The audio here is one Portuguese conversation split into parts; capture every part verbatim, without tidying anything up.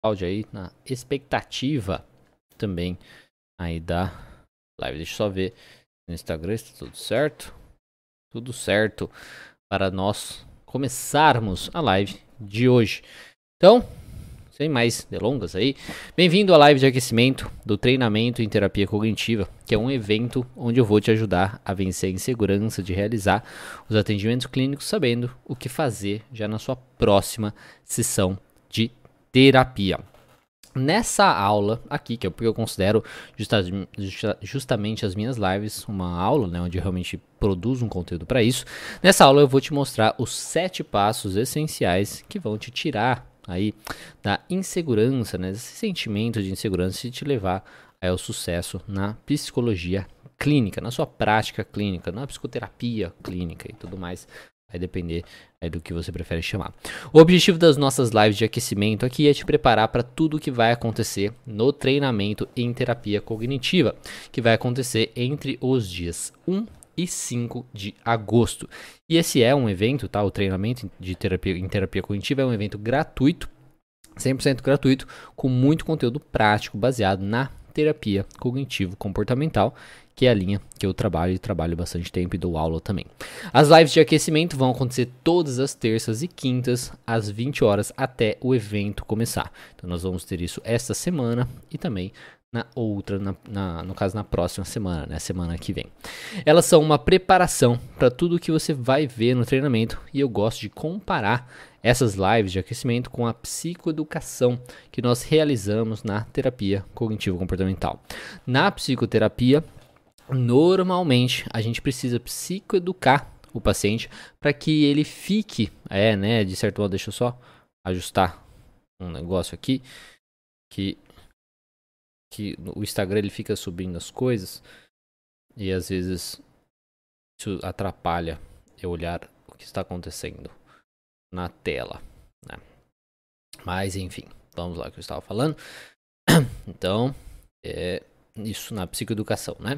áudio aí na expectativa também aí da live. Deixa eu só ver no Instagram se tá tudo certo. Tudo certo para nós começarmos a live de hoje. Então, sem mais delongas aí, bem-vindo à live de aquecimento do treinamento em terapia cognitiva, que é um evento onde eu vou te ajudar a vencer a insegurança de realizar os atendimentos clínicos sabendo o que fazer já na sua próxima sessão de terapia. Nessa aula aqui, que é porque eu considero justa, justa, justamente as minhas lives uma aula, né, onde eu realmente produzo um conteúdo para isso, nessa aula eu vou te mostrar os sete passos essenciais que vão te tirar aí da insegurança, né, desse sentimento de insegurança e te levar ao sucesso na psicologia clínica, na sua prática clínica, na psicoterapia clínica e tudo mais. Vai depender aí do que você prefere chamar. O objetivo das nossas lives de aquecimento aqui é te preparar para tudo o que vai acontecer no treinamento em terapia cognitiva, que vai acontecer entre os dias um e cinco de agosto. E esse é um evento, tá? O treinamento de terapia em terapia cognitiva é um evento gratuito, cem por cento gratuito, com muito conteúdo prático baseado na terapia cognitivo-comportamental, que é a linha que eu trabalho e trabalho bastante tempo e dou aula também. As lives de aquecimento vão acontecer todas as terças e quintas, às vinte horas, até o evento começar. Então nós vamos ter isso esta semana e também na outra, na, na, no caso na próxima semana, né, semana que vem. Elas são uma preparação para tudo que você vai ver no treinamento e eu gosto de comparar essas lives de aquecimento com a psicoeducação que nós realizamos na terapia cognitivo-comportamental. Na psicoterapia, normalmente a gente precisa psicoeducar o paciente para que ele fique, é, né, de certo modo, deixa eu só ajustar um negócio aqui, que, que o Instagram ele fica subindo as coisas e às vezes isso atrapalha eu olhar o que está acontecendo na tela, né? Mas enfim, vamos lá o que eu estava falando. Então, é isso na psicoeducação, né?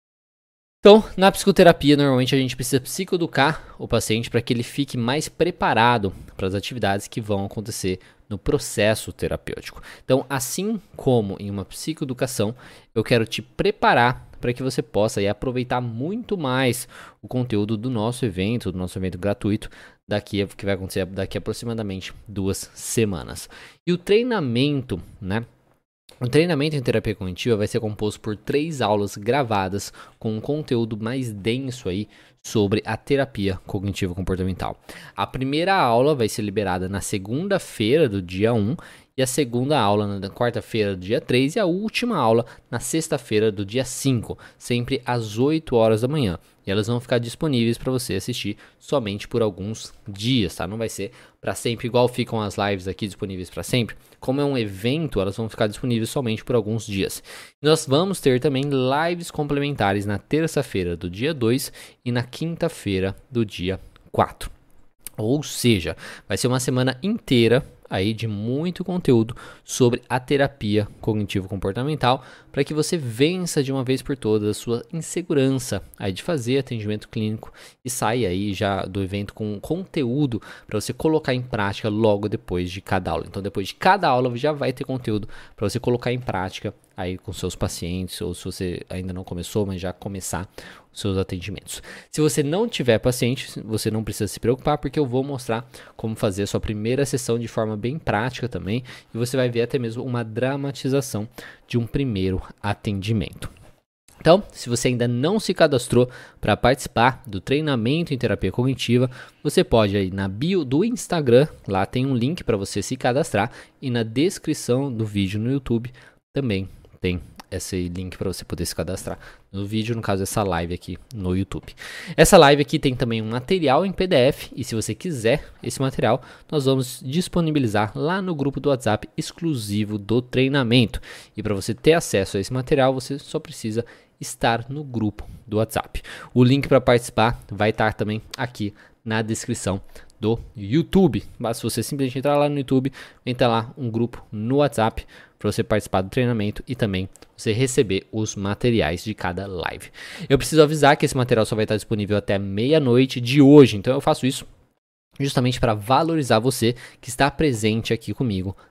Então, na psicoterapia, normalmente a gente precisa psicoeducar o paciente para que ele fique mais preparado para as atividades que vão acontecer no processo terapêutico. Então, assim como em uma psicoeducação, eu quero te preparar para que você possa aí, aproveitar muito mais o conteúdo do nosso evento, do nosso evento gratuito, daqui que vai acontecer daqui a aproximadamente duas semanas. E o treinamento, né? O treinamento em terapia cognitiva vai ser composto por três aulas gravadas com um conteúdo mais denso aí sobre a terapia cognitivo-comportamental. A primeira aula vai ser liberada na segunda-feira do dia um e a segunda aula na quarta-feira do dia três e a última aula na sexta-feira do dia cinco, sempre às oito horas da manhã. E elas vão ficar disponíveis para você assistir somente por alguns dias, tá? Não vai ser para sempre, igual ficam as lives aqui disponíveis para sempre. Como é um evento, elas vão ficar disponíveis somente por alguns dias. Nós vamos ter também lives complementares na terça-feira do dia dois e na quinta-feira do dia quatro. Ou seja, vai ser uma semana inteira aí de muito conteúdo sobre a terapia cognitivo-comportamental para que você vença de uma vez por todas a sua insegurança aí de fazer atendimento clínico e saia aí já do evento com conteúdo para você colocar em prática logo depois de cada aula. Então depois de cada aula já vai ter conteúdo para você colocar em prática aí com seus pacientes, ou se você ainda não começou, mas já começar os seus atendimentos. Se você não tiver paciente, você não precisa se preocupar, porque eu vou mostrar como fazer a sua primeira sessão de forma bem prática também, e você vai ver até mesmo uma dramatização de um primeiro atendimento. Então, se você ainda não se cadastrou para participar do treinamento em terapia cognitiva, você pode ir na bio do Instagram, lá tem um link para você se cadastrar, e na descrição do vídeo no YouTube também tem esse link para você poder se cadastrar no vídeo, no caso essa live aqui no YouTube. Essa live aqui tem também um material em P D F e se você quiser esse material, nós vamos disponibilizar lá no grupo do WhatsApp exclusivo do treinamento. E para você ter acesso a esse material, você só precisa estar no grupo do WhatsApp. O link para participar vai estar também aqui na descrição do YouTube. Basta você simplesmente entrar lá no YouTube, entrar lá um grupo no WhatsApp para você participar do treinamento e também você receber os materiais de cada live. Eu preciso avisar que esse material só vai estar disponível até meia-noite de hoje, então eu faço isso justamente para valorizar você que está presente aqui comigo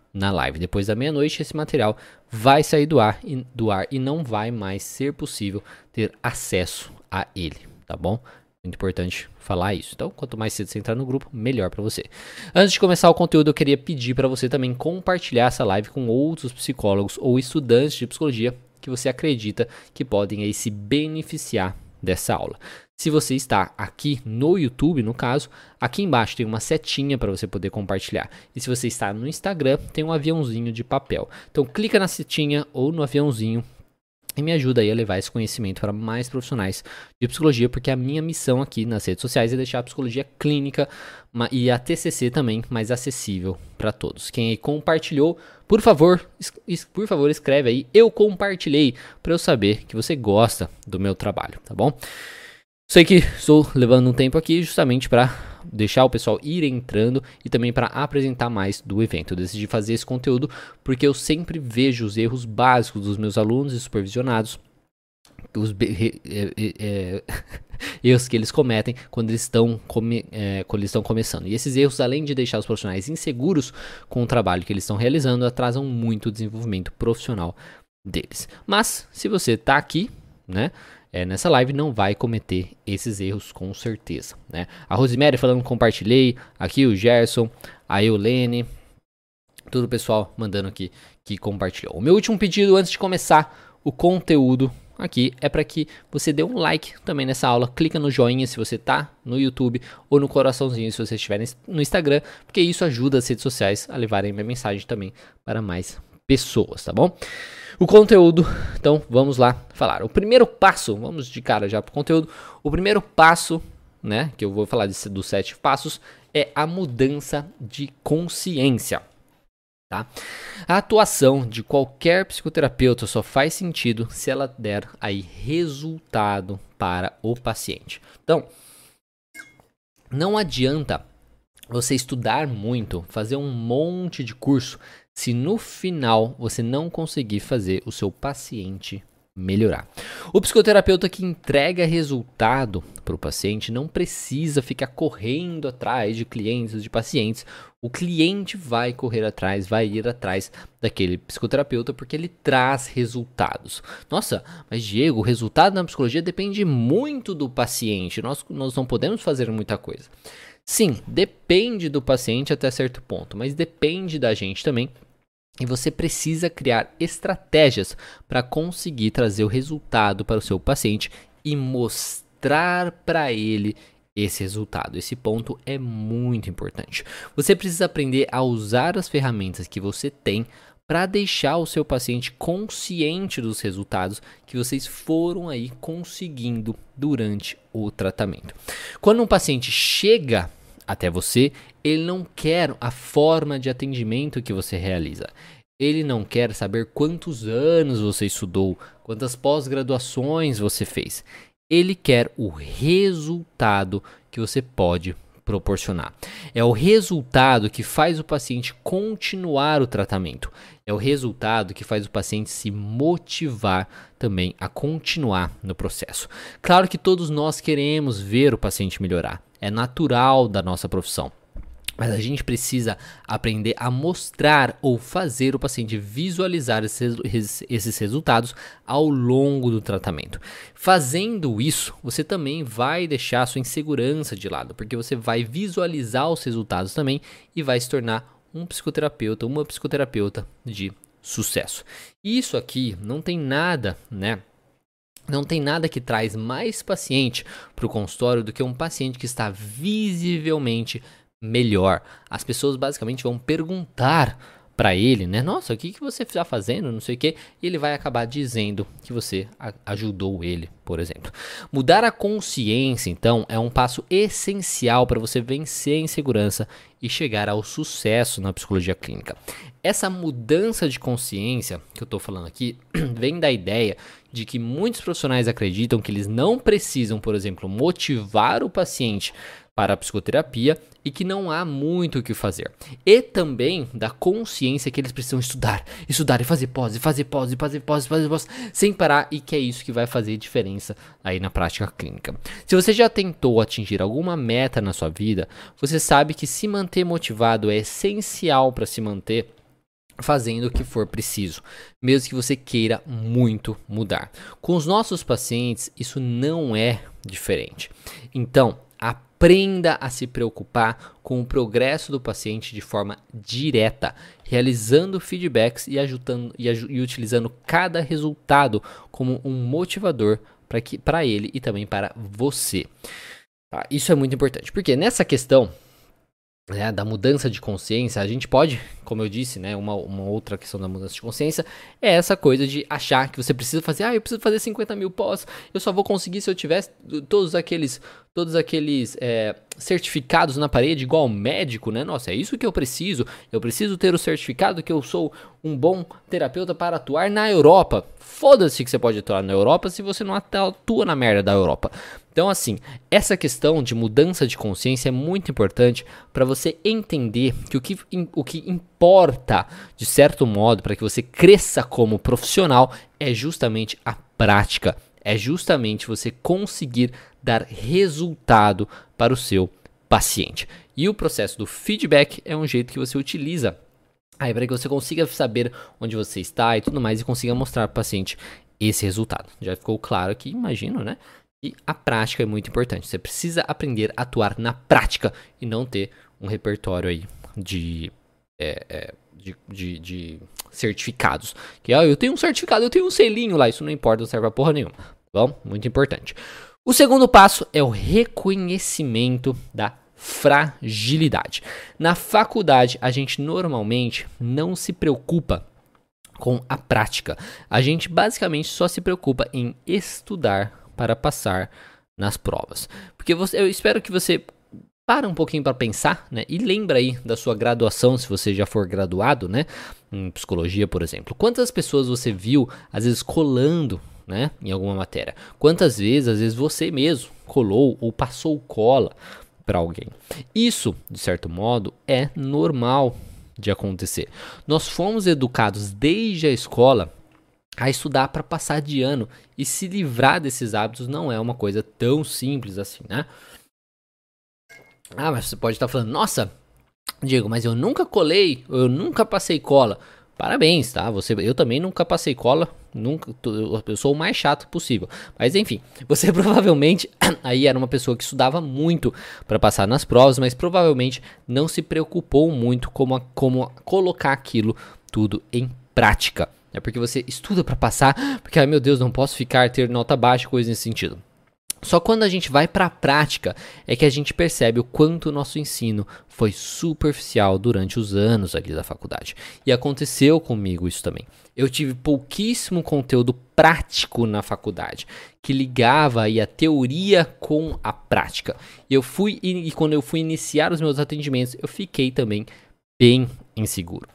na live. Depois da meia-noite, esse material vai sair do ar, e, do ar e não vai mais ser possível ter acesso a ele, tá bom? Muito importante falar isso. Então, quanto mais cedo você entrar no grupo, melhor para você. Antes de começar o conteúdo, eu queria pedir para você também compartilhar essa live com outros psicólogos ou estudantes de psicologia que você acredita que podem aí se beneficiar dessa aula. Se você está aqui no YouTube, no caso, aqui embaixo tem uma setinha para você poder compartilhar. E se você está no Instagram, tem um aviãozinho de papel. Então, clica na setinha ou no aviãozinho e me ajuda aí a levar esse conhecimento para mais profissionais de psicologia, porque a minha missão aqui nas redes sociais é deixar a psicologia clínica e a T C C também mais acessível para todos. Quem aí compartilhou, por favor, es- por favor escreve aí, eu compartilhei, para eu saber que você gosta do meu trabalho, tá bom? Sei que estou levando um tempo aqui justamente para deixar o pessoal ir entrando e também para apresentar mais do evento. Eu decidi fazer esse conteúdo porque eu sempre vejo os erros básicos dos meus alunos e supervisionados, os be- é, é, é, erros que eles cometem quando eles, estão come, é, quando eles estão começando. E esses erros, além de deixar os profissionais inseguros com o trabalho que eles estão realizando, atrasam muito o desenvolvimento profissional deles. Mas, se você está aqui, né? É, nessa live não vai cometer esses erros com certeza, né? A Rosemary falando compartilhei, aqui o Gerson, a Eulene, todo o pessoal mandando aqui que compartilhou. O meu último pedido antes de começar o conteúdo aqui é para que você dê um like também nessa aula, clica no joinha se você tá no YouTube ou no coraçãozinho se você estiver no Instagram, porque isso ajuda as redes sociais a levarem minha mensagem também para mais pessoas, tá bom? O conteúdo, então vamos lá falar. O primeiro passo, vamos de cara já para o conteúdo. O primeiro passo, né, que eu vou falar de, dos sete passos, é a mudança de consciência. Tá? A atuação de qualquer psicoterapeuta só faz sentido se ela der aí resultado para o paciente. Então, não adianta você estudar muito, fazer um monte de curso, se no final você não conseguir fazer o seu paciente melhorar. O psicoterapeuta que entrega resultado para o paciente não precisa ficar correndo atrás de clientes, de pacientes. O cliente vai correr atrás, vai ir atrás daquele psicoterapeuta porque ele traz resultados. Nossa, mas Diego, o resultado na psicologia depende muito do paciente. Nós, nós não podemos fazer muita coisa. Sim, depende do paciente até certo ponto, mas depende da gente também. E você precisa criar estratégias para conseguir trazer o resultado para o seu paciente e mostrar para ele esse resultado. Esse ponto é muito importante. Você precisa aprender a usar as ferramentas que você tem para deixar o seu paciente consciente dos resultados que vocês foram aí conseguindo durante o tratamento. Quando um paciente chega até você, ele não quer a forma de atendimento que você realiza. Ele não quer saber quantos anos você estudou, quantas pós-graduações você fez. Ele quer o resultado que você pode proporcionar. É o resultado que faz o paciente continuar o tratamento. É o resultado que faz o paciente se motivar também a continuar no processo. Claro que todos nós queremos ver o paciente melhorar. É natural da nossa profissão. Mas a gente precisa aprender a mostrar ou fazer o paciente visualizar esses, esses resultados ao longo do tratamento. Fazendo isso, você também vai deixar a sua insegurança de lado, porque você vai visualizar os resultados também e vai se tornar um psicoterapeuta, uma psicoterapeuta de sucesso. Isso aqui não tem nada, né? Não tem nada que traz mais paciente para o consultório do que um paciente que está visivelmente melhor. As pessoas basicamente vão perguntar para ele, né? Nossa, o que, que você está fazendo? Não sei o que. E ele vai acabar dizendo que você ajudou ele, por exemplo. Mudar a consciência, então, é um passo essencial para você vencer a insegurança e chegar ao sucesso na psicologia clínica. Essa mudança de consciência que eu estou falando aqui vem da ideia de que muitos profissionais acreditam que eles não precisam, por exemplo, motivar o paciente para a psicoterapia e que não há muito o que fazer. E também da consciência que eles precisam estudar, estudar e fazer pós, e fazer pós, e fazer pós, e fazer pós, sem parar, e que é isso que vai fazer diferença aí na prática clínica. Se você já tentou atingir alguma meta na sua vida, você sabe que se manter motivado é essencial para se manter fazendo o que for preciso, mesmo que você queira muito mudar. Com os nossos pacientes, isso não é diferente. Então, aprenda a se preocupar com o progresso do paciente de forma direta, realizando feedbacks e, ajudando, e, e utilizando cada resultado como um motivador para ele e também para você. Tá? Isso é muito importante, porque nessa questão, né, da mudança de consciência, a gente pode, como eu disse, né, uma, uma outra questão da mudança de consciência é essa coisa de achar que você precisa fazer, ah, eu preciso fazer cinquenta mil pós, eu só vou conseguir se eu tivesse todos aqueles, todos aqueles é, certificados na parede, igual médico, né? Nossa, é isso que eu preciso, eu preciso ter o certificado que eu sou um bom terapeuta para atuar na Europa. Foda-se que você pode atuar na Europa se você não atua na merda da Europa. Então, assim, essa questão de mudança de consciência é muito importante para você entender que o que, o que importa, de certo modo, para que você cresça como profissional é justamente a prática. É justamente você conseguir dar resultado para o seu paciente. E o processo do feedback é um jeito que você utiliza aí para que você consiga saber onde você está e tudo mais e consiga mostrar para o paciente esse resultado. Já ficou claro aqui, imagino, né? E a prática é muito importante. Você precisa aprender a atuar na prática e não ter um repertório aí de, é, é, de, de, de certificados. Que ah, eu tenho um certificado, eu tenho um selinho lá. Isso não importa, não serve pra porra nenhuma. Tá bom? Muito importante. O segundo passo é o reconhecimento da fragilidade. Na faculdade, a gente normalmente não se preocupa com a prática. A gente basicamente só se preocupa em estudar para passar nas provas. Porque você, eu espero que você para um pouquinho para pensar, né? E lembra aí da sua graduação, se você já for graduado, né? Em psicologia, por exemplo. Quantas pessoas você viu, às vezes, colando, né? Em alguma matéria? Quantas vezes, às vezes, você mesmo colou ou passou cola para alguém? Isso, de certo modo, é normal de acontecer. Nós fomos educados desde a escola a estudar para passar de ano, e se livrar desses hábitos não é uma coisa tão simples assim, né? Ah, mas você pode estar falando, nossa, Diego, mas eu nunca colei, eu nunca passei cola. Parabéns, tá? Você, eu também nunca passei cola, nunca, eu sou o mais chato possível. Mas enfim, você provavelmente aí era uma pessoa que estudava muito para passar nas provas, mas provavelmente não se preocupou muito como, a, como colocar aquilo tudo em prática. É porque você estuda para passar, porque, ai meu Deus, não posso ficar, ter nota baixa, coisa nesse sentido. Só quando a gente vai para a prática é que a gente percebe o quanto o nosso ensino foi superficial durante os anos ali da faculdade. E aconteceu comigo isso também. Eu tive pouquíssimo conteúdo prático na faculdade, que ligava aí a teoria com a prática. E eu fui e quando eu fui iniciar os meus atendimentos, eu fiquei também bem inseguro.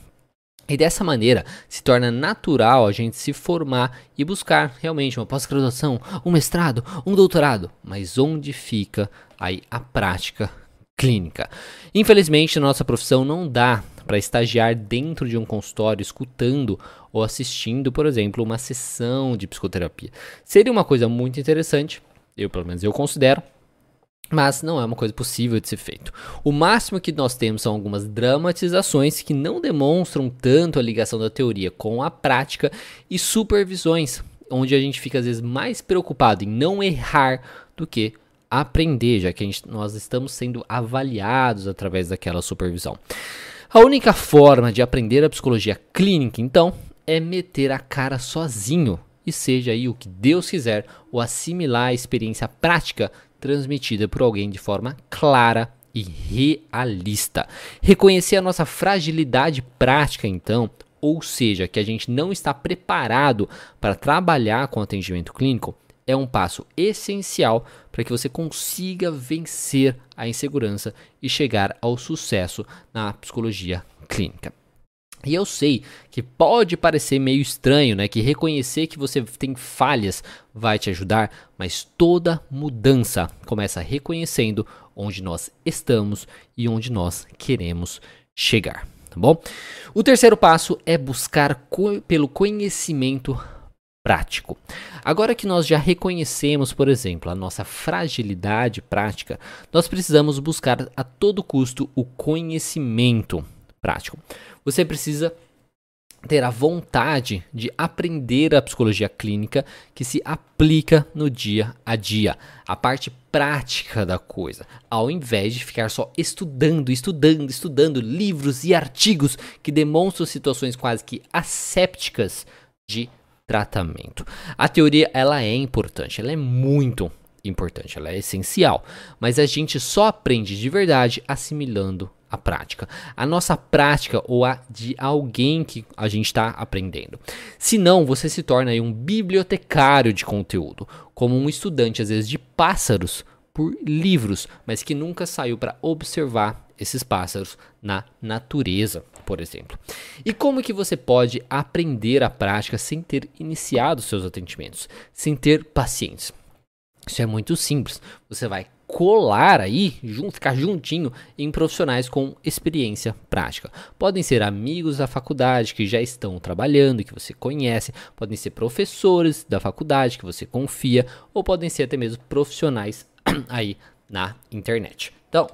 E dessa maneira se torna natural a gente se formar e buscar realmente uma pós-graduação, um mestrado, um doutorado. Mas onde fica aí a prática clínica? Infelizmente, na nossa profissão não dá para estagiar dentro de um consultório escutando ou assistindo, por exemplo, uma sessão de psicoterapia. Seria uma coisa muito interessante, eu pelo menos eu considero, mas não é uma coisa possível de ser feito. O máximo que nós temos são algumas dramatizações que não demonstram tanto a ligação da teoria com a prática e supervisões, onde a gente fica às vezes mais preocupado em não errar do que aprender, já que a gente, nós estamos sendo avaliados através daquela supervisão. A única forma de aprender a psicologia clínica, então, é meter a cara sozinho e seja aí o que Deus quiser, ou assimilar a experiência prática transmitida por alguém de forma clara e realista. Reconhecer a nossa fragilidade prática, então, ou seja, que a gente não está preparado para trabalhar com atendimento clínico, é um passo essencial para que você consiga vencer a insegurança e chegar ao sucesso na psicologia clínica. E eu sei que pode parecer meio estranho, né? Que reconhecer que você tem falhas vai te ajudar, mas toda mudança começa reconhecendo onde nós estamos e onde nós queremos chegar, tá bom? O terceiro passo é buscar co- pelo conhecimento prático. Agora que nós já reconhecemos, por exemplo, a nossa fragilidade prática, nós precisamos buscar a todo custo o conhecimento prático. Você precisa ter a vontade de aprender a psicologia clínica que se aplica no dia a dia, a parte prática da coisa, ao invés de ficar só estudando, estudando, estudando livros e artigos que demonstram situações quase que assépticas de tratamento. A teoria, ela é importante, ela é muito importante, ela é essencial, mas a gente só aprende de verdade assimilando a prática, a nossa prática ou a de alguém que a gente está aprendendo. Senão, você se torna aí um bibliotecário de conteúdo, como um estudante, às vezes, de pássaros por livros, mas que nunca saiu para observar esses pássaros na natureza, por exemplo. E como que você pode aprender a prática sem ter iniciado seus atendimentos, sem ter pacientes? Isso é muito simples. Você vai colar aí, ficar juntinho em profissionais com experiência prática. Podem ser amigos da faculdade que já estão trabalhando, que você conhece, podem ser professores da faculdade que você confia, ou podem ser até mesmo profissionais aí na internet. Então,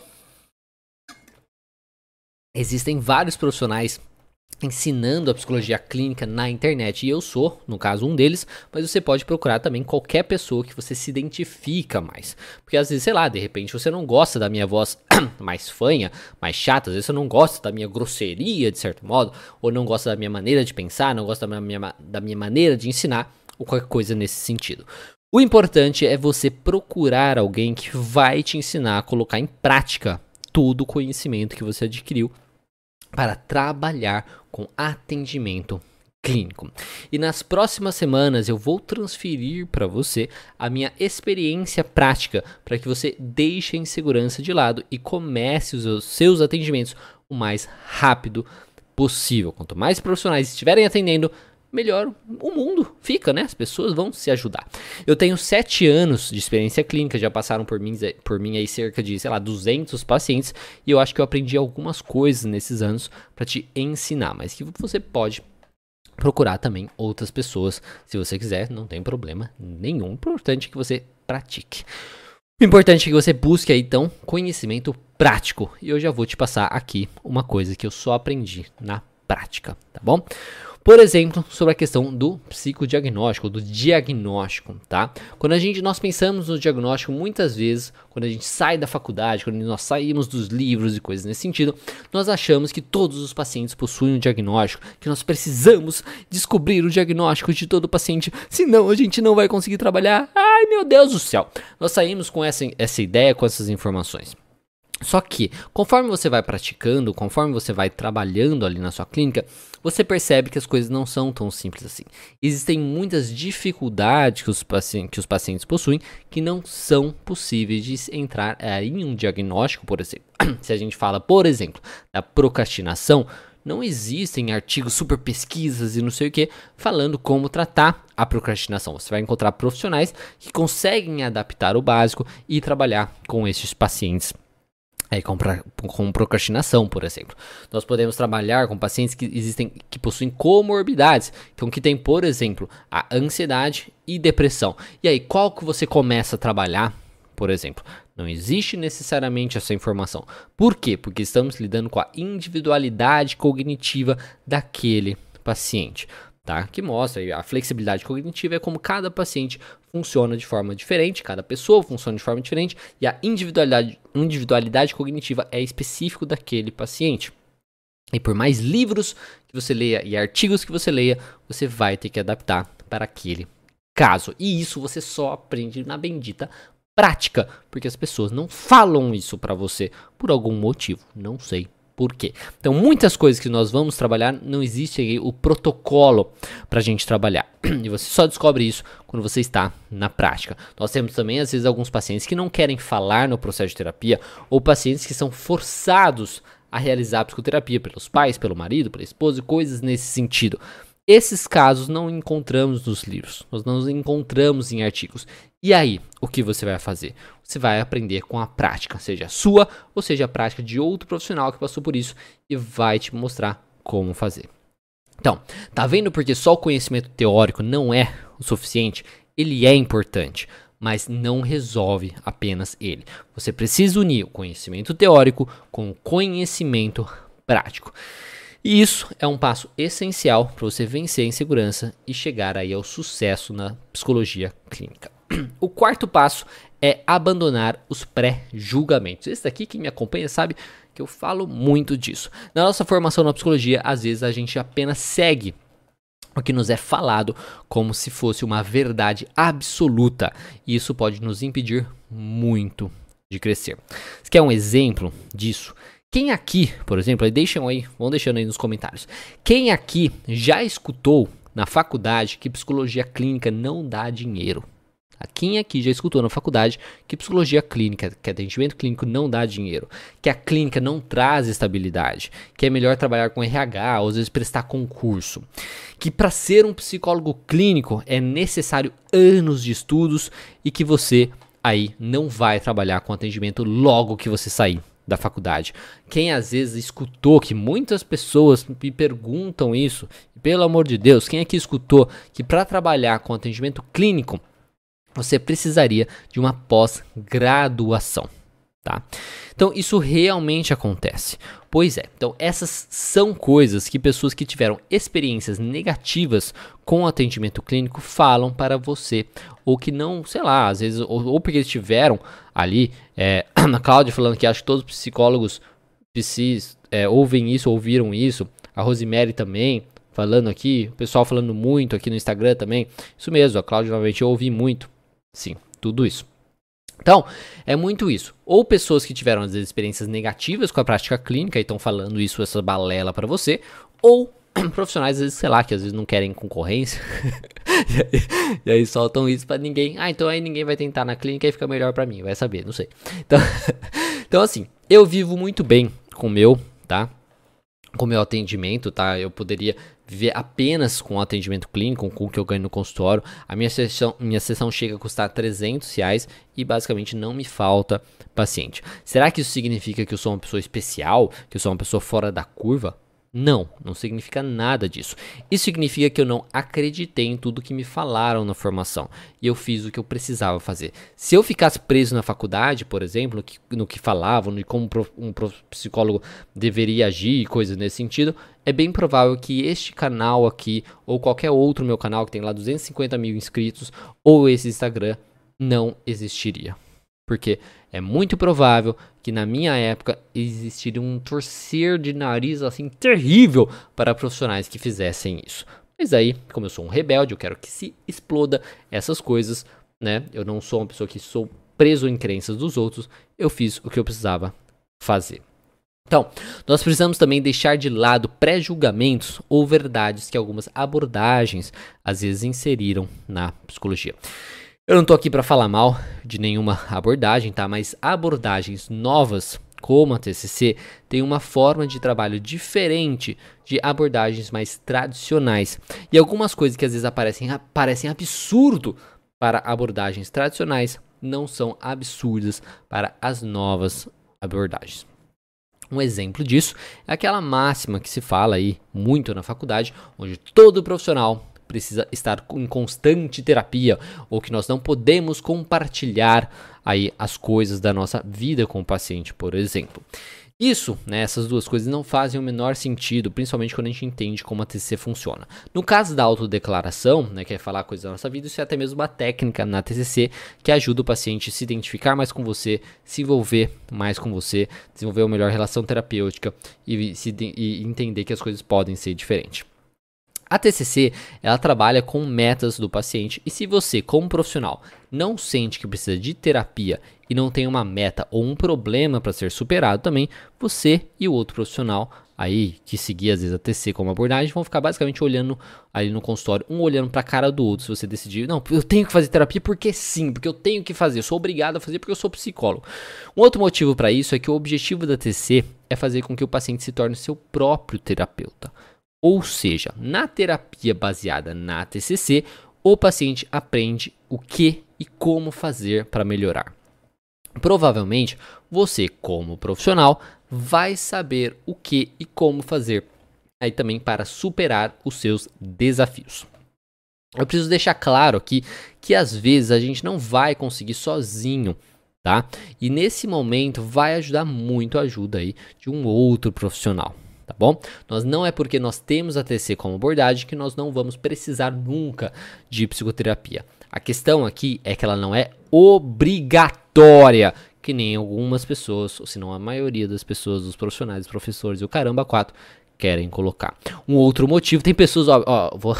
existem vários profissionais ensinando a psicologia clínica na internet, e eu sou, no caso, um deles, mas você pode procurar também qualquer pessoa que você se identifica mais, porque às vezes, sei lá, de repente você não gosta da minha voz mais fanha, mais chata, às vezes você não gosta da minha grosseria, de certo modo, ou não gosta da minha maneira de pensar, não gosta da minha, da minha maneira de ensinar, ou qualquer coisa nesse sentido. O importante é você procurar alguém que vai te ensinar a colocar em prática todo o conhecimento que você adquiriu para trabalhar com atendimento clínico. E nas próximas semanas eu vou transferir para você a minha experiência prática para que você deixe a insegurança de lado e comece os seus atendimentos o mais rápido possível. Quanto mais profissionais estiverem atendendo, melhor o mundo fica, né? As pessoas vão se ajudar. Eu tenho sete anos de experiência clínica, já passaram por mim, por mim aí cerca de, sei lá, duzentos pacientes, e eu acho que eu aprendi algumas coisas nesses anos para te ensinar, mas que você pode procurar também outras pessoas, se você quiser, não tem problema nenhum. O importante é que você pratique. O importante é que você busque aí, então, conhecimento prático, e eu já vou te passar aqui uma coisa que eu só aprendi na prática, tá bom? Por exemplo, sobre a questão do psicodiagnóstico, do diagnóstico, tá? Quando a gente, nós pensamos no diagnóstico, muitas vezes, quando a gente sai da faculdade, quando nós saímos dos livros e coisas nesse sentido, nós achamos que todos os pacientes possuem um diagnóstico, que nós precisamos descobrir o diagnóstico de todo paciente, senão a gente não vai conseguir trabalhar. Ai, meu Deus do céu! Nós saímos com essa, essa ideia, com essas informações. Só que, conforme você vai praticando, conforme você vai trabalhando ali na sua clínica, você percebe que as coisas não são tão simples assim. Existem muitas dificuldades que os pacientes, que os pacientes possuem que não são possíveis de entrar é, em um diagnóstico, por exemplo. Se a gente fala, por exemplo, da procrastinação, não existem artigos, super pesquisas e não sei o que, falando como tratar a procrastinação. Você vai encontrar profissionais que conseguem adaptar o básico e trabalhar com esses pacientes Aí, com, pra, com procrastinação, por exemplo. Nós podemos trabalhar com pacientes que existem, que possuem comorbidades. Então, que tem, por exemplo, a ansiedade e depressão. E aí, qual que você começa a trabalhar, por exemplo? Não existe necessariamente essa informação. Por quê? Porque estamos lidando com a individualidade cognitiva daquele paciente. Tá? Que mostra a flexibilidade cognitiva é como cada paciente funciona de forma diferente, cada pessoa funciona de forma diferente e a individualidade, individualidade cognitiva é específico daquele paciente. E por mais livros que você leia e artigos que você leia, você vai ter que adaptar para aquele caso. E isso você só aprende na bendita prática, porque as pessoas não falam isso para você por algum motivo, não sei. Por quê? Então, muitas coisas que nós vamos trabalhar, não existe aí o protocolo para a gente trabalhar. E você só descobre isso quando você está na prática. Nós temos também, às vezes, alguns pacientes que não querem falar no processo de terapia, ou pacientes que são forçados a realizar a psicoterapia pelos pais, pelo marido, pela esposa, coisas nesse sentido. Esses casos não encontramos nos livros, nós não os encontramos em artigos. E aí, o que você vai fazer? Você vai aprender com a prática, seja a sua ou seja a prática de outro profissional que passou por isso e vai te mostrar como fazer. Então, tá vendo porque só o conhecimento teórico não é o suficiente? Ele é importante, mas não resolve apenas ele. Você precisa unir o conhecimento teórico com o conhecimento prático. E isso é um passo essencial para você vencer a insegurança e chegar aí ao sucesso na psicologia clínica. O quarto passo é abandonar os pré-julgamentos. Esse daqui, quem me acompanha sabe que eu falo muito disso. Na nossa formação na psicologia, às vezes a gente apenas segue o que nos é falado como se fosse uma verdade absoluta. E isso pode nos impedir muito de crescer. Você quer um exemplo disso? Quem aqui, por exemplo, aí deixam aí, vão deixando aí nos comentários. Quem aqui já escutou na faculdade que psicologia clínica não dá dinheiro? Quem aqui já escutou na faculdade que psicologia clínica, que atendimento clínico não dá dinheiro, que a clínica não traz estabilidade, que é melhor trabalhar com R H, ou às vezes prestar concurso, que para ser um psicólogo clínico é necessário anos de estudos e que você aí não vai trabalhar com atendimento logo que você sair da faculdade? Quem às vezes escutou, que muitas pessoas me perguntam isso, pelo amor de Deus, quem aqui escutou que para trabalhar com atendimento clínico você precisaria de uma pós-graduação, tá? Então isso realmente acontece. Pois é, então essas são coisas que pessoas que tiveram experiências negativas com atendimento clínico falam para você, ou que não, sei lá, às vezes, ou, ou porque eles tiveram ali, é, a Cláudia falando que acho que todos os psicólogos precis, é, ouvem isso, ouviram isso, a Rosemary também falando aqui, o pessoal falando muito aqui no Instagram também, isso mesmo, a Cláudia novamente eu ouvi muito. Sim, tudo isso. Então, é muito isso. Ou pessoas que tiveram às vezes experiências negativas com a prática clínica e estão falando isso, essa balela para você, ou profissionais, às vezes, sei lá, que às vezes não querem concorrência, e, aí, e aí soltam isso para ninguém. Ah, então aí ninguém vai tentar na clínica e fica melhor para mim, vai saber, não sei. Então, então, assim, eu vivo muito bem com o meu, tá? Com o meu atendimento, tá? Eu poderia viver apenas com o atendimento clínico, com o que eu ganho no consultório. A minha sessão, minha sessão chega a custar trezentos reais e basicamente não me falta paciente. Será que isso significa que eu sou uma pessoa especial? Que eu sou uma pessoa fora da curva? Não, não significa nada disso. Isso significa que eu não acreditei em tudo que me falaram na formação e eu fiz o que eu precisava fazer. Se eu ficasse preso na faculdade, por exemplo, no que, no que falavam, de como um psicólogo deveria agir e coisas nesse sentido, é bem provável que este canal aqui, ou qualquer outro meu canal que tem lá duzentos e cinquenta mil inscritos, ou esse Instagram, não existiria. Porque é muito provável que na minha época existiria um torcer de nariz assim terrível para profissionais que fizessem isso. Mas aí, como eu sou um rebelde, eu quero que se exploda essas coisas, né? Eu não sou uma pessoa que sou preso em crenças dos outros, eu fiz o que eu precisava fazer. Então, nós precisamos também deixar de lado pré-julgamentos ou verdades que algumas abordagens às vezes inseriram na psicologia. Eu não tô aqui para falar mal de nenhuma abordagem, tá? Mas abordagens novas, como a T C C, tem uma forma de trabalho diferente de abordagens mais tradicionais. E algumas coisas que às vezes aparecem, parecem absurdo para abordagens tradicionais, não são absurdas para as novas abordagens. Um exemplo disso é aquela máxima que se fala aí muito na faculdade, onde todo profissional precisa estar em constante terapia, ou que nós não podemos compartilhar aí as coisas da nossa vida com o paciente, por exemplo. Isso, né, essas duas coisas não fazem o menor sentido, principalmente quando a gente entende como a T C C funciona. No caso da autodeclaração, né, que é falar coisas da nossa vida, isso é até mesmo uma técnica na T C C que ajuda o paciente a se identificar mais com você, se envolver mais com você, desenvolver uma melhor relação terapêutica e, se, e entender que as coisas podem ser diferentes. A T C C, ela trabalha com metas do paciente e se você, como profissional, não sente que precisa de terapia e não tem uma meta ou um problema para ser superado também, você e o outro profissional aí que seguir às vezes a T C C como abordagem vão ficar basicamente olhando ali no consultório, um olhando para a cara do outro se você decidir, não, eu tenho que fazer terapia porque sim, porque eu tenho que fazer, eu sou obrigado a fazer porque eu sou psicólogo. Um outro motivo para isso é que o objetivo da T C C é fazer com que o paciente se torne seu próprio terapeuta. Ou seja, na terapia baseada na T C C, o paciente aprende o que e como fazer para melhorar. Provavelmente, você como profissional vai saber o que e como fazer aí também para superar os seus desafios. Eu preciso deixar claro aqui que às vezes a gente não vai conseguir sozinho, tá? E nesse momento vai ajudar muito a ajuda aí de um outro profissional. tá bom? Nós não é porque nós temos a T C como abordagem que nós não vamos precisar nunca de psicoterapia. A questão aqui é que ela não é obrigatória, que nem algumas pessoas, ou se não a maioria das pessoas, os profissionais, os professores e o caramba quatro querem colocar. Um outro motivo, tem pessoas, ó, ó vou...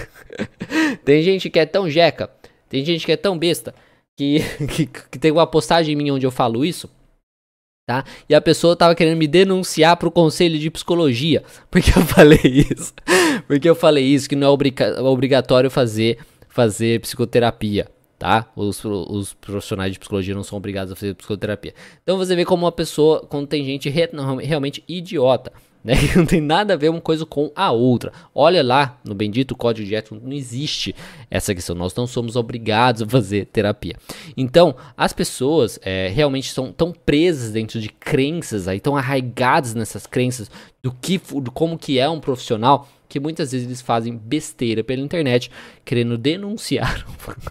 tem gente que é tão jeca, tem gente que é tão besta, que, que, que tem uma postagem minha onde eu falo isso, tá? E a pessoa tava querendo me denunciar pro conselho de psicologia, porque eu falei isso, porque eu falei isso, que não é obriga- obrigatório fazer, fazer psicoterapia, tá? Os, os profissionais de psicologia não são obrigados a fazer psicoterapia. Então você vê como uma pessoa, quando tem gente re, não, realmente idiota, né? Que não tem nada a ver uma coisa com a outra. Olha lá no bendito código de ética, não existe essa questão. Nós não somos obrigados a fazer terapia. Então, as pessoas é, realmente estão tão presas dentro de crenças, aí tão arraigadas nessas crenças do que, do como que é um profissional, que muitas vezes eles fazem besteira pela internet, querendo denunciar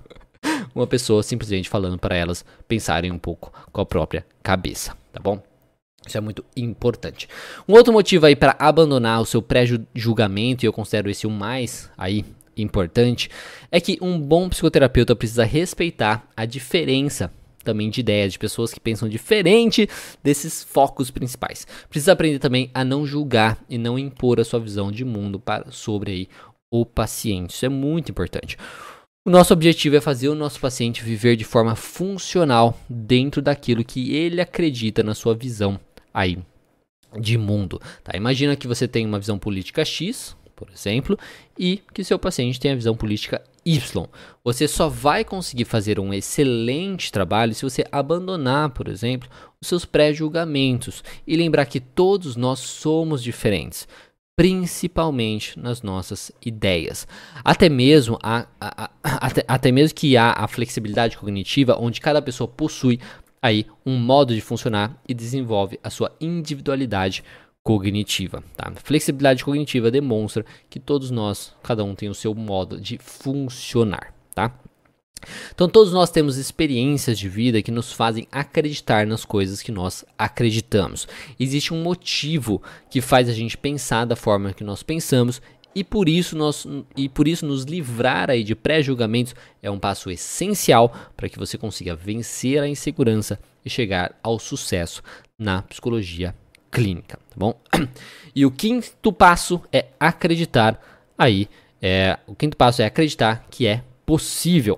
uma pessoa simplesmente falando para elas pensarem um pouco com a própria cabeça, tá bom? Isso é muito importante. Um outro motivo aí para abandonar o seu pré-julgamento, e eu considero esse o mais aí importante, é que um bom psicoterapeuta precisa respeitar a diferença também de ideias, de pessoas que pensam diferente desses focos principais. Precisa aprender também a não julgar e não impor a sua visão de mundo para, sobre aí o paciente. Isso é muito importante. O nosso objetivo é fazer o nosso paciente viver de forma funcional dentro daquilo que ele acredita na sua visão aí de mundo, tá? Imagina que você tem uma visão política X, por exemplo, e que seu paciente tem a visão política Y. Você só vai conseguir fazer um excelente trabalho se você abandonar, por exemplo, os seus pré-julgamentos e lembrar que todos nós somos diferentes, principalmente nas nossas ideias. Até mesmo, a, a, a, até, até mesmo que há a flexibilidade cognitiva, onde cada pessoa possui aí um modo de funcionar e desenvolve a sua individualidade cognitiva, tá? Flexibilidade cognitiva demonstra que todos nós, cada um tem o seu modo de funcionar, tá? Então todos nós temos experiências de vida que nos fazem acreditar nas coisas que nós acreditamos. Existe um motivo que faz a gente pensar da forma que nós pensamos, e por isso nós e por isso nos livrar aí de pré-julgamentos é um passo essencial para que você consiga vencer a insegurança e chegar ao sucesso na psicologia clínica, tá bom? E o quinto passo é acreditar aí, é, o quinto passo é acreditar que é possível.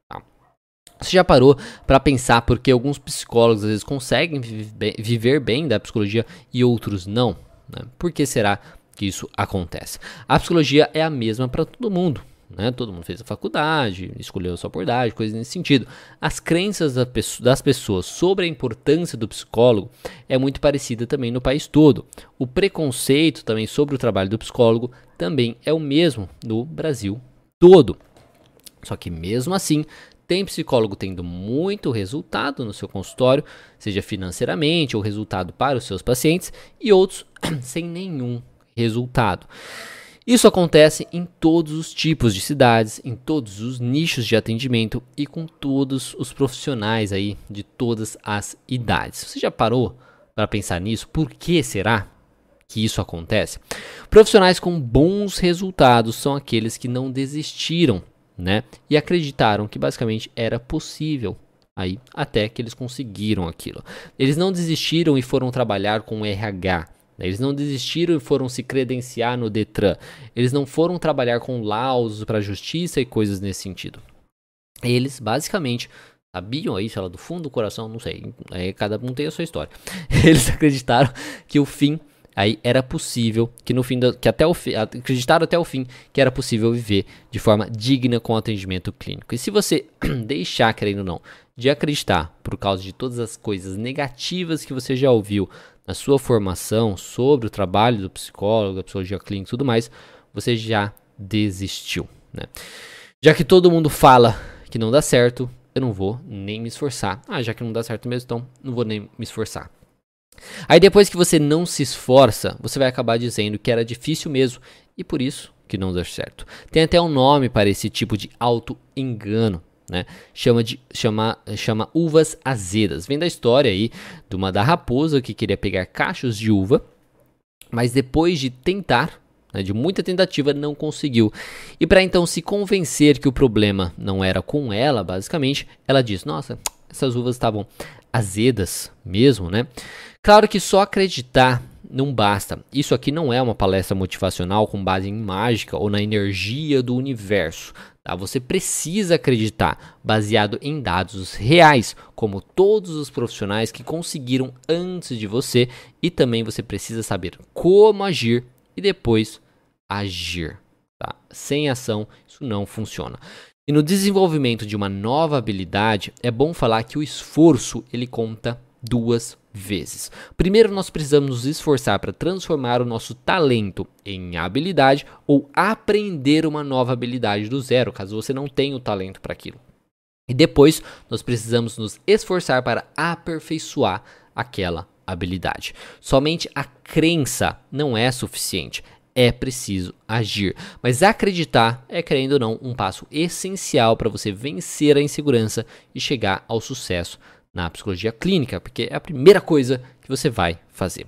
Você já parou para pensar por que alguns psicólogos às vezes conseguem viver bem da psicologia e outros não? Né? Por que será que isso acontece? A psicologia é a mesma para todo mundo, né? Todo mundo fez a faculdade, escolheu a sua abordagem, coisas nesse sentido. As crenças das pessoas sobre a importância do psicólogo é muito parecida também no país todo. O preconceito também sobre o trabalho do psicólogo também é o mesmo no Brasil todo. Só que mesmo assim, tem psicólogo tendo muito resultado no seu consultório, seja financeiramente ou resultado para os seus pacientes, e outros sem nenhum resultado. Isso acontece em todos os tipos de cidades, em todos os nichos de atendimento e com todos os profissionais aí de todas as idades. Você já parou para pensar nisso? Por que será que isso acontece? Profissionais com bons resultados são aqueles que não desistiram, né? E acreditaram que basicamente era possível aí até que eles conseguiram aquilo. Eles não desistiram e foram trabalhar com o R H. Né? Eles não desistiram e foram se credenciar no Detran. Eles não foram trabalhar com laudos para a justiça e coisas nesse sentido. Eles basicamente sabiam aí, sei lá, do fundo do coração, não sei. Aí cada um tem a sua história. Eles acreditaram que o fim aí era possível, que no fim do, que até o fim, acreditaram até o fim que era possível viver de forma digna com atendimento clínico. E se você deixar, querendo ou não, de acreditar por causa de todas as coisas negativas que você já ouviu na sua formação sobre o trabalho do psicólogo, da psicologia clínica e tudo mais, você já desistiu, né? Já que todo mundo fala que não dá certo, eu não vou nem me esforçar. Ah, já que não dá certo mesmo, então não vou nem me esforçar. Aí depois que você não se esforça, você vai acabar dizendo que era difícil mesmo e por isso que não deu certo. Tem até um nome para esse tipo de auto-engano, né? Chama, de, chama, chama uvas azedas. Vem da história aí de uma da raposa que queria pegar cachos de uva mas depois de tentar, né, de muita tentativa, não conseguiu. E para então se convencer que o problema não era com ela, basicamente, ela diz: nossa, essas uvas estavam azedas mesmo, né? Claro que só acreditar não basta. Isso aqui não é uma palestra motivacional com base em mágica ou na energia do universo. Tá? Você precisa acreditar, baseado em dados reais, como todos os profissionais que conseguiram antes de você, e também você precisa saber como agir e depois agir. Tá? Sem ação, isso não funciona. E no desenvolvimento de uma nova habilidade, é bom falar que o esforço ele conta duas vezes. Primeiro, nós precisamos nos esforçar para transformar o nosso talento em habilidade ou aprender uma nova habilidade do zero, caso você não tenha o talento para aquilo. E depois, nós precisamos nos esforçar para aperfeiçoar aquela habilidade. Somente a crença não é suficiente. É preciso agir. Mas acreditar é, querendo ou não, um passo essencial para você vencer a insegurança e chegar ao sucesso na psicologia clínica, porque é a primeira coisa que você vai fazer.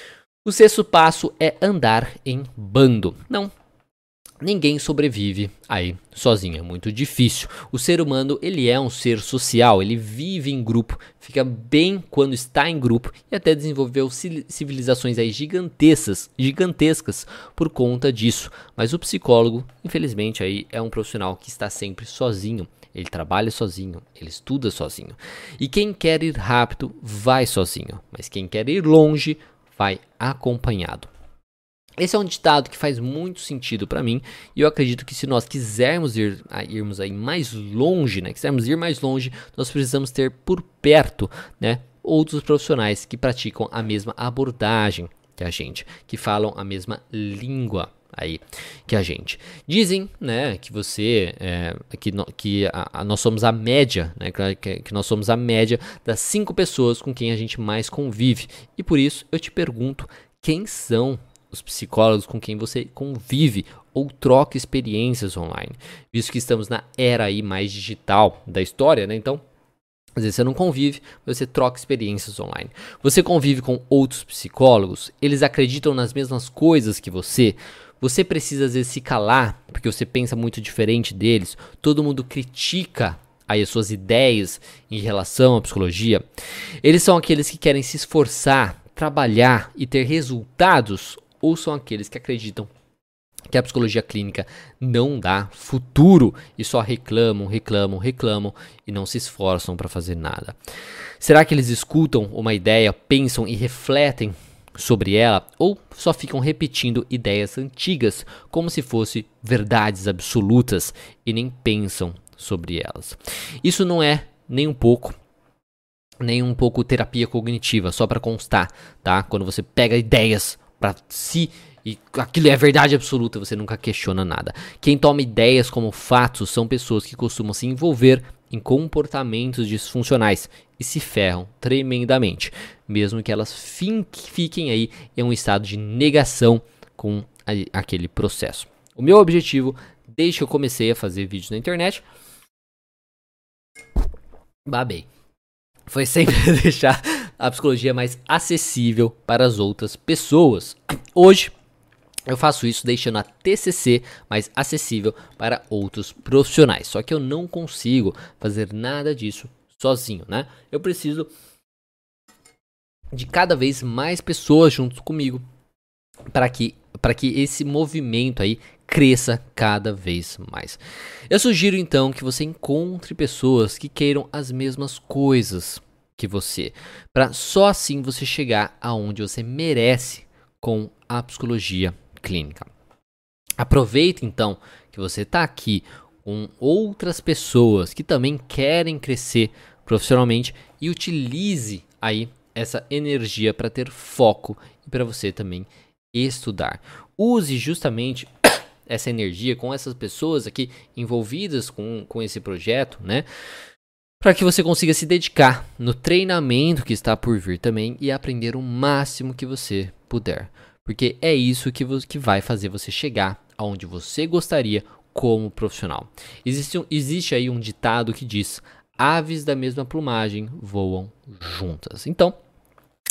O sexto passo é andar em bando. Não, ninguém sobrevive aí sozinho, é muito difícil. O ser humano, ele é um ser social, ele vive em grupo, fica bem quando está em grupo e até desenvolveu civilizações aí gigantescas, gigantescas por conta disso. Mas o psicólogo, infelizmente, aí é um profissional que está sempre sozinho. Ele trabalha sozinho, ele estuda sozinho. E quem quer ir rápido, vai sozinho. Mas quem quer ir longe, vai acompanhado. Esse é um ditado que faz muito sentido para mim. E eu acredito que se nós quisermos ir, irmos aí mais longe, né, quisermos ir mais longe, nós precisamos ter por perto, né, outros profissionais que praticam a mesma abordagem que a gente, que falam a mesma língua aí que a gente. Dizem, né, que você é, que, no, que a, a, nós somos a média, né, que, que nós somos a média das cinco pessoas com quem a gente mais convive. E por isso eu te pergunto, quem são os psicólogos com quem você convive ou troca experiências online? Visto que estamos na era aí mais digital da história, né? Então, às vezes você não convive, você troca experiências online. Você convive com outros psicólogos, eles acreditam nas mesmas coisas que você. Você precisa às vezes se calar, porque você pensa muito diferente deles. Todo mundo critica aí as suas ideias em relação à psicologia. Eles são aqueles que querem se esforçar, trabalhar e ter resultados, ou são aqueles que acreditam que a psicologia clínica não dá futuro e só reclamam, reclamam, reclamam e não se esforçam para fazer nada? Será que eles escutam uma ideia, pensam e refletem sobre ela, ou só ficam repetindo ideias antigas como se fossem verdades absolutas e nem pensam sobre elas? Isso não é nem um pouco nem um pouco terapia cognitiva, só para constar, tá? Quando você pega ideias para si e aquilo é verdade absoluta, você nunca questiona nada. Quem toma ideias como fatos são pessoas que costumam se envolver em comportamentos disfuncionais e se ferram tremendamente, mesmo que elas fiquem aí em um estado de negação com a, aquele processo. O meu objetivo, desde que eu comecei a fazer vídeos na internet, babei, foi sempre deixar a psicologia mais acessível para as outras pessoas. Hoje, eu faço isso deixando a T C C mais acessível para outros profissionais. Só que eu não consigo fazer nada disso sozinho, né? Eu preciso de cada vez mais pessoas junto comigo para que, para que esse movimento aí cresça cada vez mais. Eu sugiro então que você encontre pessoas que queiram as mesmas coisas que você, para só assim você chegar aonde você merece com a psicologia clínica. Aproveita então que você está aqui com outras pessoas que também querem crescer profissionalmente e utilize aí essa energia para ter foco e para você também estudar. Use justamente essa energia com essas pessoas aqui envolvidas com, com esse projeto, né? Para que você consiga se dedicar no treinamento que está por vir também e aprender o máximo que você puder. Porque é isso que, que vai fazer você chegar aonde você gostaria como profissional. Existe, existe aí um ditado que diz: aves da mesma plumagem voam juntas. Então,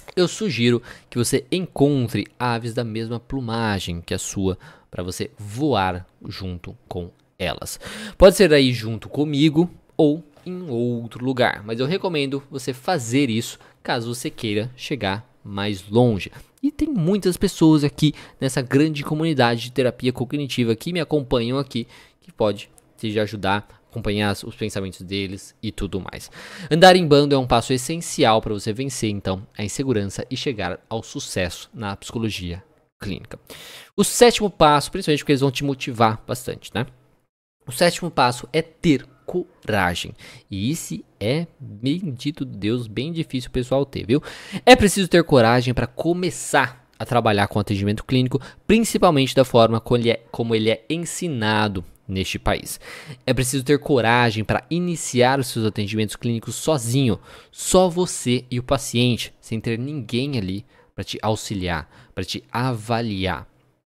eu sugiro que você encontre aves da mesma plumagem que a sua, para você voar junto com elas. Pode ser aí junto comigo ou em outro lugar, mas eu recomendo você fazer isso caso você queira chegar mais longe. E tem muitas pessoas aqui nessa grande comunidade de terapia cognitiva que me acompanham aqui, que pode te ajudar a acompanhar os pensamentos deles e tudo mais. Andar em bando é um passo essencial para você vencer, então, a insegurança e chegar ao sucesso na psicologia clínica. O sétimo passo, principalmente porque eles vão te motivar bastante, né? O sétimo passo é ter coragem. E esse é, bendito Deus, bem difícil o pessoal ter, viu? É preciso ter coragem para começar a trabalhar com atendimento clínico, principalmente da forma como ele é, como ele é ensinado neste país. É preciso ter coragem para iniciar os seus atendimentos clínicos sozinho, só você e o paciente, sem ter ninguém ali para te auxiliar, para te avaliar,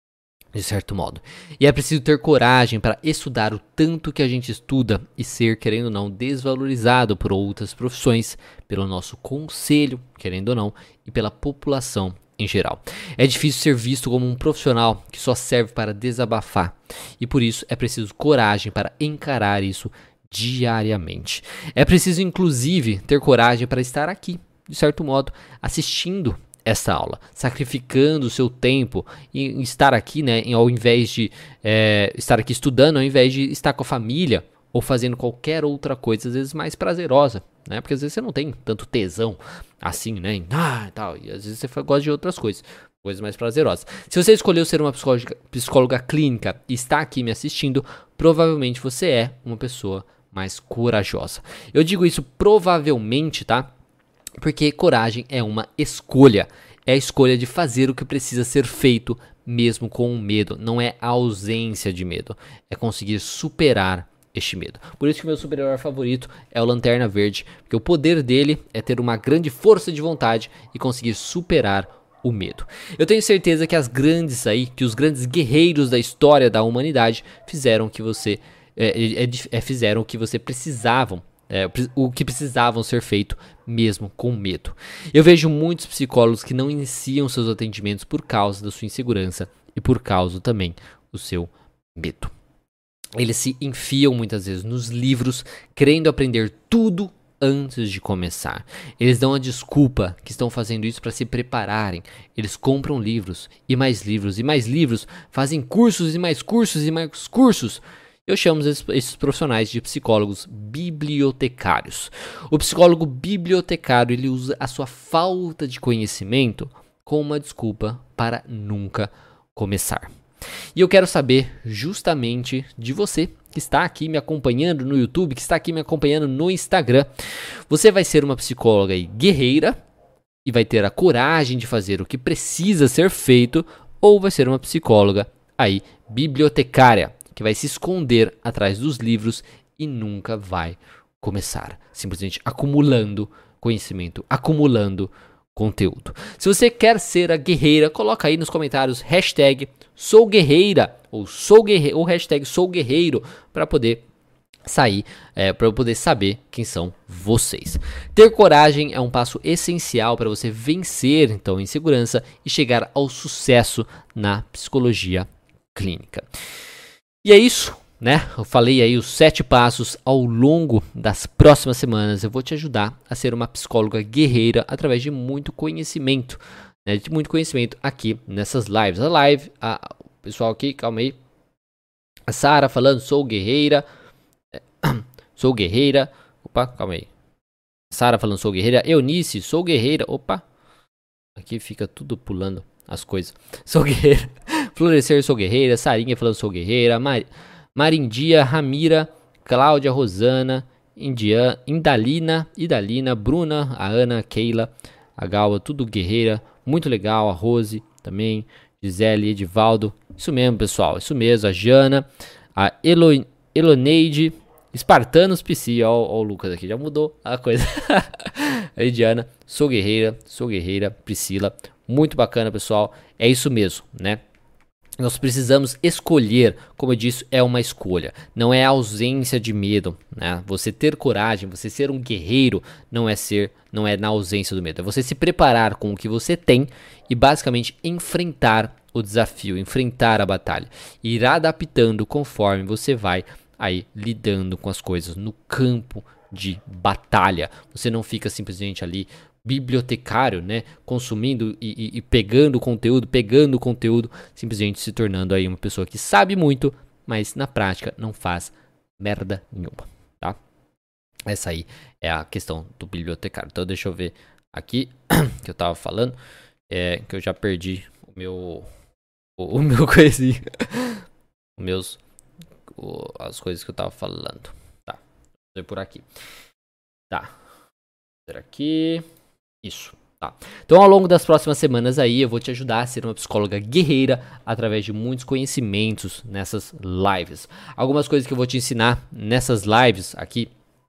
de certo modo. E é preciso ter coragem para estudar o tanto que a gente estuda e ser, querendo ou não, desvalorizado por outras profissões, pelo nosso conselho, querendo ou não, e pela população em geral. É difícil ser visto como um profissional que só serve para desabafar, e por isso é preciso coragem para encarar isso diariamente. É preciso, inclusive, ter coragem para estar aqui, de certo modo, assistindo esta aula, sacrificando o seu tempo em estar aqui, né, ao invés de é, estar aqui estudando, ao invés de estar com a família ou fazendo qualquer outra coisa, às vezes mais prazerosa, né, porque às vezes você não tem tanto tesão assim, né, em, ah, tal, e às vezes você gosta de outras coisas, coisas mais prazerosas. Se você escolheu ser uma psicóloga, psicóloga clínica e está aqui me assistindo, provavelmente você é uma pessoa mais corajosa. Eu digo isso provavelmente, tá? Porque coragem é uma escolha. É a escolha de fazer o que precisa ser feito, mesmo com medo. Não é a ausência de medo. É conseguir superar este medo. Por isso que o meu super-herói favorito é o Lanterna Verde. Porque o poder dele é ter uma grande força de vontade e conseguir superar o medo. Eu tenho certeza que as grandes aí, que os grandes guerreiros da história da humanidade fizeram que você é, é, é, fizeram o que você precisavam. É, o que precisavam ser feito mesmo com medo. Eu vejo muitos psicólogos que não iniciam seus atendimentos por causa da sua insegurança e por causa também do seu medo. Eles se enfiam muitas vezes nos livros, querendo aprender tudo antes de começar. Eles dão a desculpa que estão fazendo isso para se prepararem. Eles compram livros e mais livros e mais livros, fazem cursos e mais cursos e mais cursos. Eu chamo esses, esses profissionais de psicólogos bibliotecários. O psicólogo bibliotecário, ele usa a sua falta de conhecimento como uma desculpa para nunca começar. E eu quero saber justamente de você que está aqui me acompanhando no YouTube, que está aqui me acompanhando no Instagram. Você vai ser uma psicóloga aí guerreira e vai ter a coragem de fazer o que precisa ser feito, ou vai ser uma psicóloga aí bibliotecária, que vai se esconder atrás dos livros e nunca vai começar, simplesmente acumulando conhecimento, acumulando conteúdo. Se você quer ser a guerreira, coloca aí nos comentários hashtag sou guerreira ou sou guerreiro, ou hashtag sou guerreiro, para poder sair, é, para eu poder saber quem são vocês. Ter coragem é um passo essencial para você vencer então a insegurança e chegar ao sucesso na psicologia clínica. E é isso, né? Eu falei aí os sete passos. Ao longo das próximas semanas eu vou te ajudar a ser uma psicóloga guerreira através de muito conhecimento, né? De muito conhecimento aqui nessas lives. A live, a, o pessoal aqui, calma aí. A Sara falando, sou guerreira. Sou guerreira. Opa, calma aí. Sara falando, sou guerreira. Eunice, sou guerreira. Opa. Aqui fica tudo pulando as coisas. Sou guerreira. Florescer, sou guerreira. Sarinha falando, sou guerreira. Mar... Marindia, Ramira, Cláudia, Rosana, India... Indalina, Idalina, Bruna, a Ana, Keila, a Galva, tudo guerreira. Muito legal. A Rose também. Gisele, Edivaldo. Isso mesmo, pessoal. Isso mesmo. A Jana, a Elo... Eloneide, Espartanos P C. Ó, ó o Lucas aqui, já mudou a coisa. A Diana, sou guerreira, sou guerreira. Priscila, muito bacana, pessoal. É isso mesmo, né? Nós precisamos escolher, como eu disse, é uma escolha, não é ausência de medo, né? Você ter coragem, você ser um guerreiro, não é ser, não é na ausência do medo, é você se preparar com o que você tem e basicamente enfrentar o desafio, enfrentar a batalha, e ir adaptando conforme você vai aí lidando com as coisas no campo de batalha. Você não fica simplesmente ali bibliotecário, né, consumindo e, e, e pegando conteúdo, pegando conteúdo, simplesmente se tornando aí uma pessoa que sabe muito, mas na prática não faz merda nenhuma, tá? Essa aí é a questão do bibliotecário. Então deixa eu ver aqui que eu tava falando, é que eu já perdi o meu o, o meu coisinho, os meus o, as coisas que eu tava falando. Tá. Vou ver por aqui. Tá. Vou ver aqui. Isso, tá. Então ao longo das próximas semanas aí eu vou te ajudar a ser uma psicóloga guerreira através de muitos conhecimentos nessas lives. Algumas coisas que eu vou te ensinar nessas lives aqui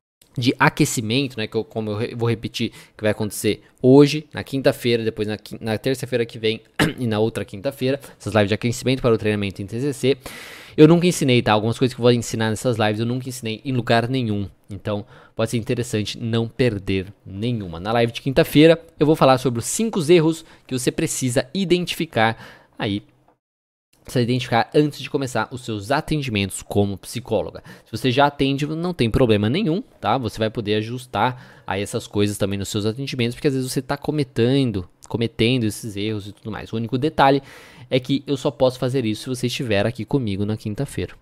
de aquecimento, né, que eu, como eu vou repetir, que vai acontecer hoje, na quinta-feira, depois na, na terça-feira que vem e na outra quinta-feira, essas lives de aquecimento para o treinamento em T C C. Eu nunca ensinei, tá? Algumas coisas que eu vou ensinar nessas lives eu nunca ensinei em lugar nenhum. Então, pode ser interessante não perder nenhuma. Na live de quinta-feira, eu vou falar sobre os cinco erros que você precisa identificar aí. Precisa identificar antes de começar os seus atendimentos como psicóloga. Se você já atende, não tem problema nenhum, tá? Você vai poder ajustar aí essas coisas também nos seus atendimentos, porque às vezes você está cometendo, cometendo esses erros e tudo mais. O único detalhe é que eu só posso fazer isso se você estiver aqui comigo na quinta-feira.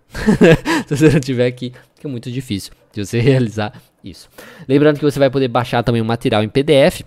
Se você não estiver aqui, é muito difícil de você realizar isso. Lembrando que você vai poder baixar também o material em P D F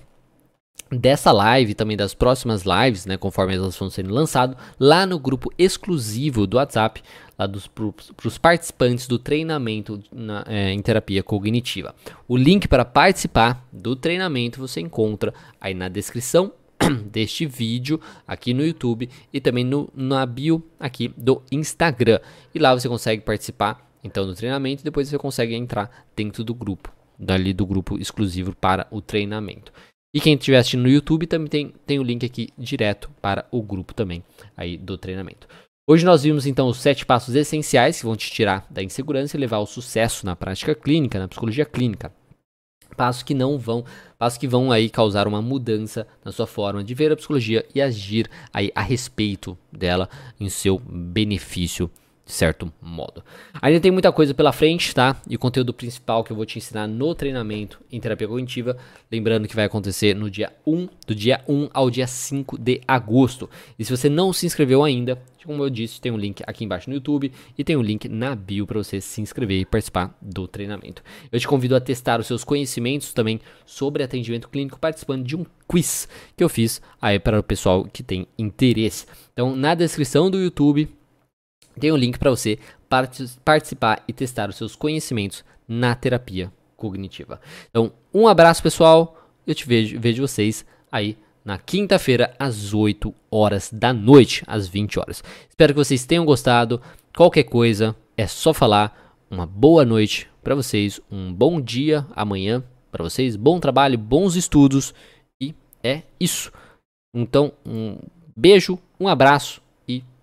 dessa live, também das próximas lives, né, conforme elas vão sendo lançadas, lá no grupo exclusivo do WhatsApp, lá para os participantes do treinamento na, é, em terapia cognitiva. O link para participar do treinamento você encontra aí na descrição deste vídeo aqui no YouTube e também no, na bio aqui do Instagram. E lá você consegue participar então do treinamento e depois você consegue entrar dentro do grupo, dali do grupo exclusivo para o treinamento. E quem estiver assistindo no YouTube também tem, tem o link aqui direto para o grupo também aí do treinamento. Hoje nós vimos então os sete passos essenciais que vão te tirar da insegurança e levar ao sucesso na prática clínica, na psicologia clínica. Passos que não vão, passos que vão aí causar uma mudança na sua forma de ver a psicologia e agir aí a respeito dela em seu benefício, de certo modo. Ainda tem muita coisa pela frente, tá? E o conteúdo principal que eu vou te ensinar no treinamento em terapia cognitiva, lembrando que vai acontecer no dia um, do dia um ao dia cinco de agosto. E se você não se inscreveu ainda, como eu disse, tem um link aqui embaixo no YouTube e tem um link na bio para você se inscrever e participar do treinamento. Eu te convido a testar os seus conhecimentos também sobre atendimento clínico participando de um quiz que eu fiz aí para o pessoal que tem interesse. Então, na descrição do YouTube tem um link para você participar e testar os seus conhecimentos na terapia cognitiva. Então, um abraço, pessoal. Eu te vejo, vejo vocês aí na quinta-feira, às oito horas da noite, às vinte horas. Espero que vocês tenham gostado. Qualquer coisa, é só falar. Uma boa noite para vocês, um bom dia amanhã para vocês, bom trabalho, bons estudos e é isso. Então, um beijo, um abraço.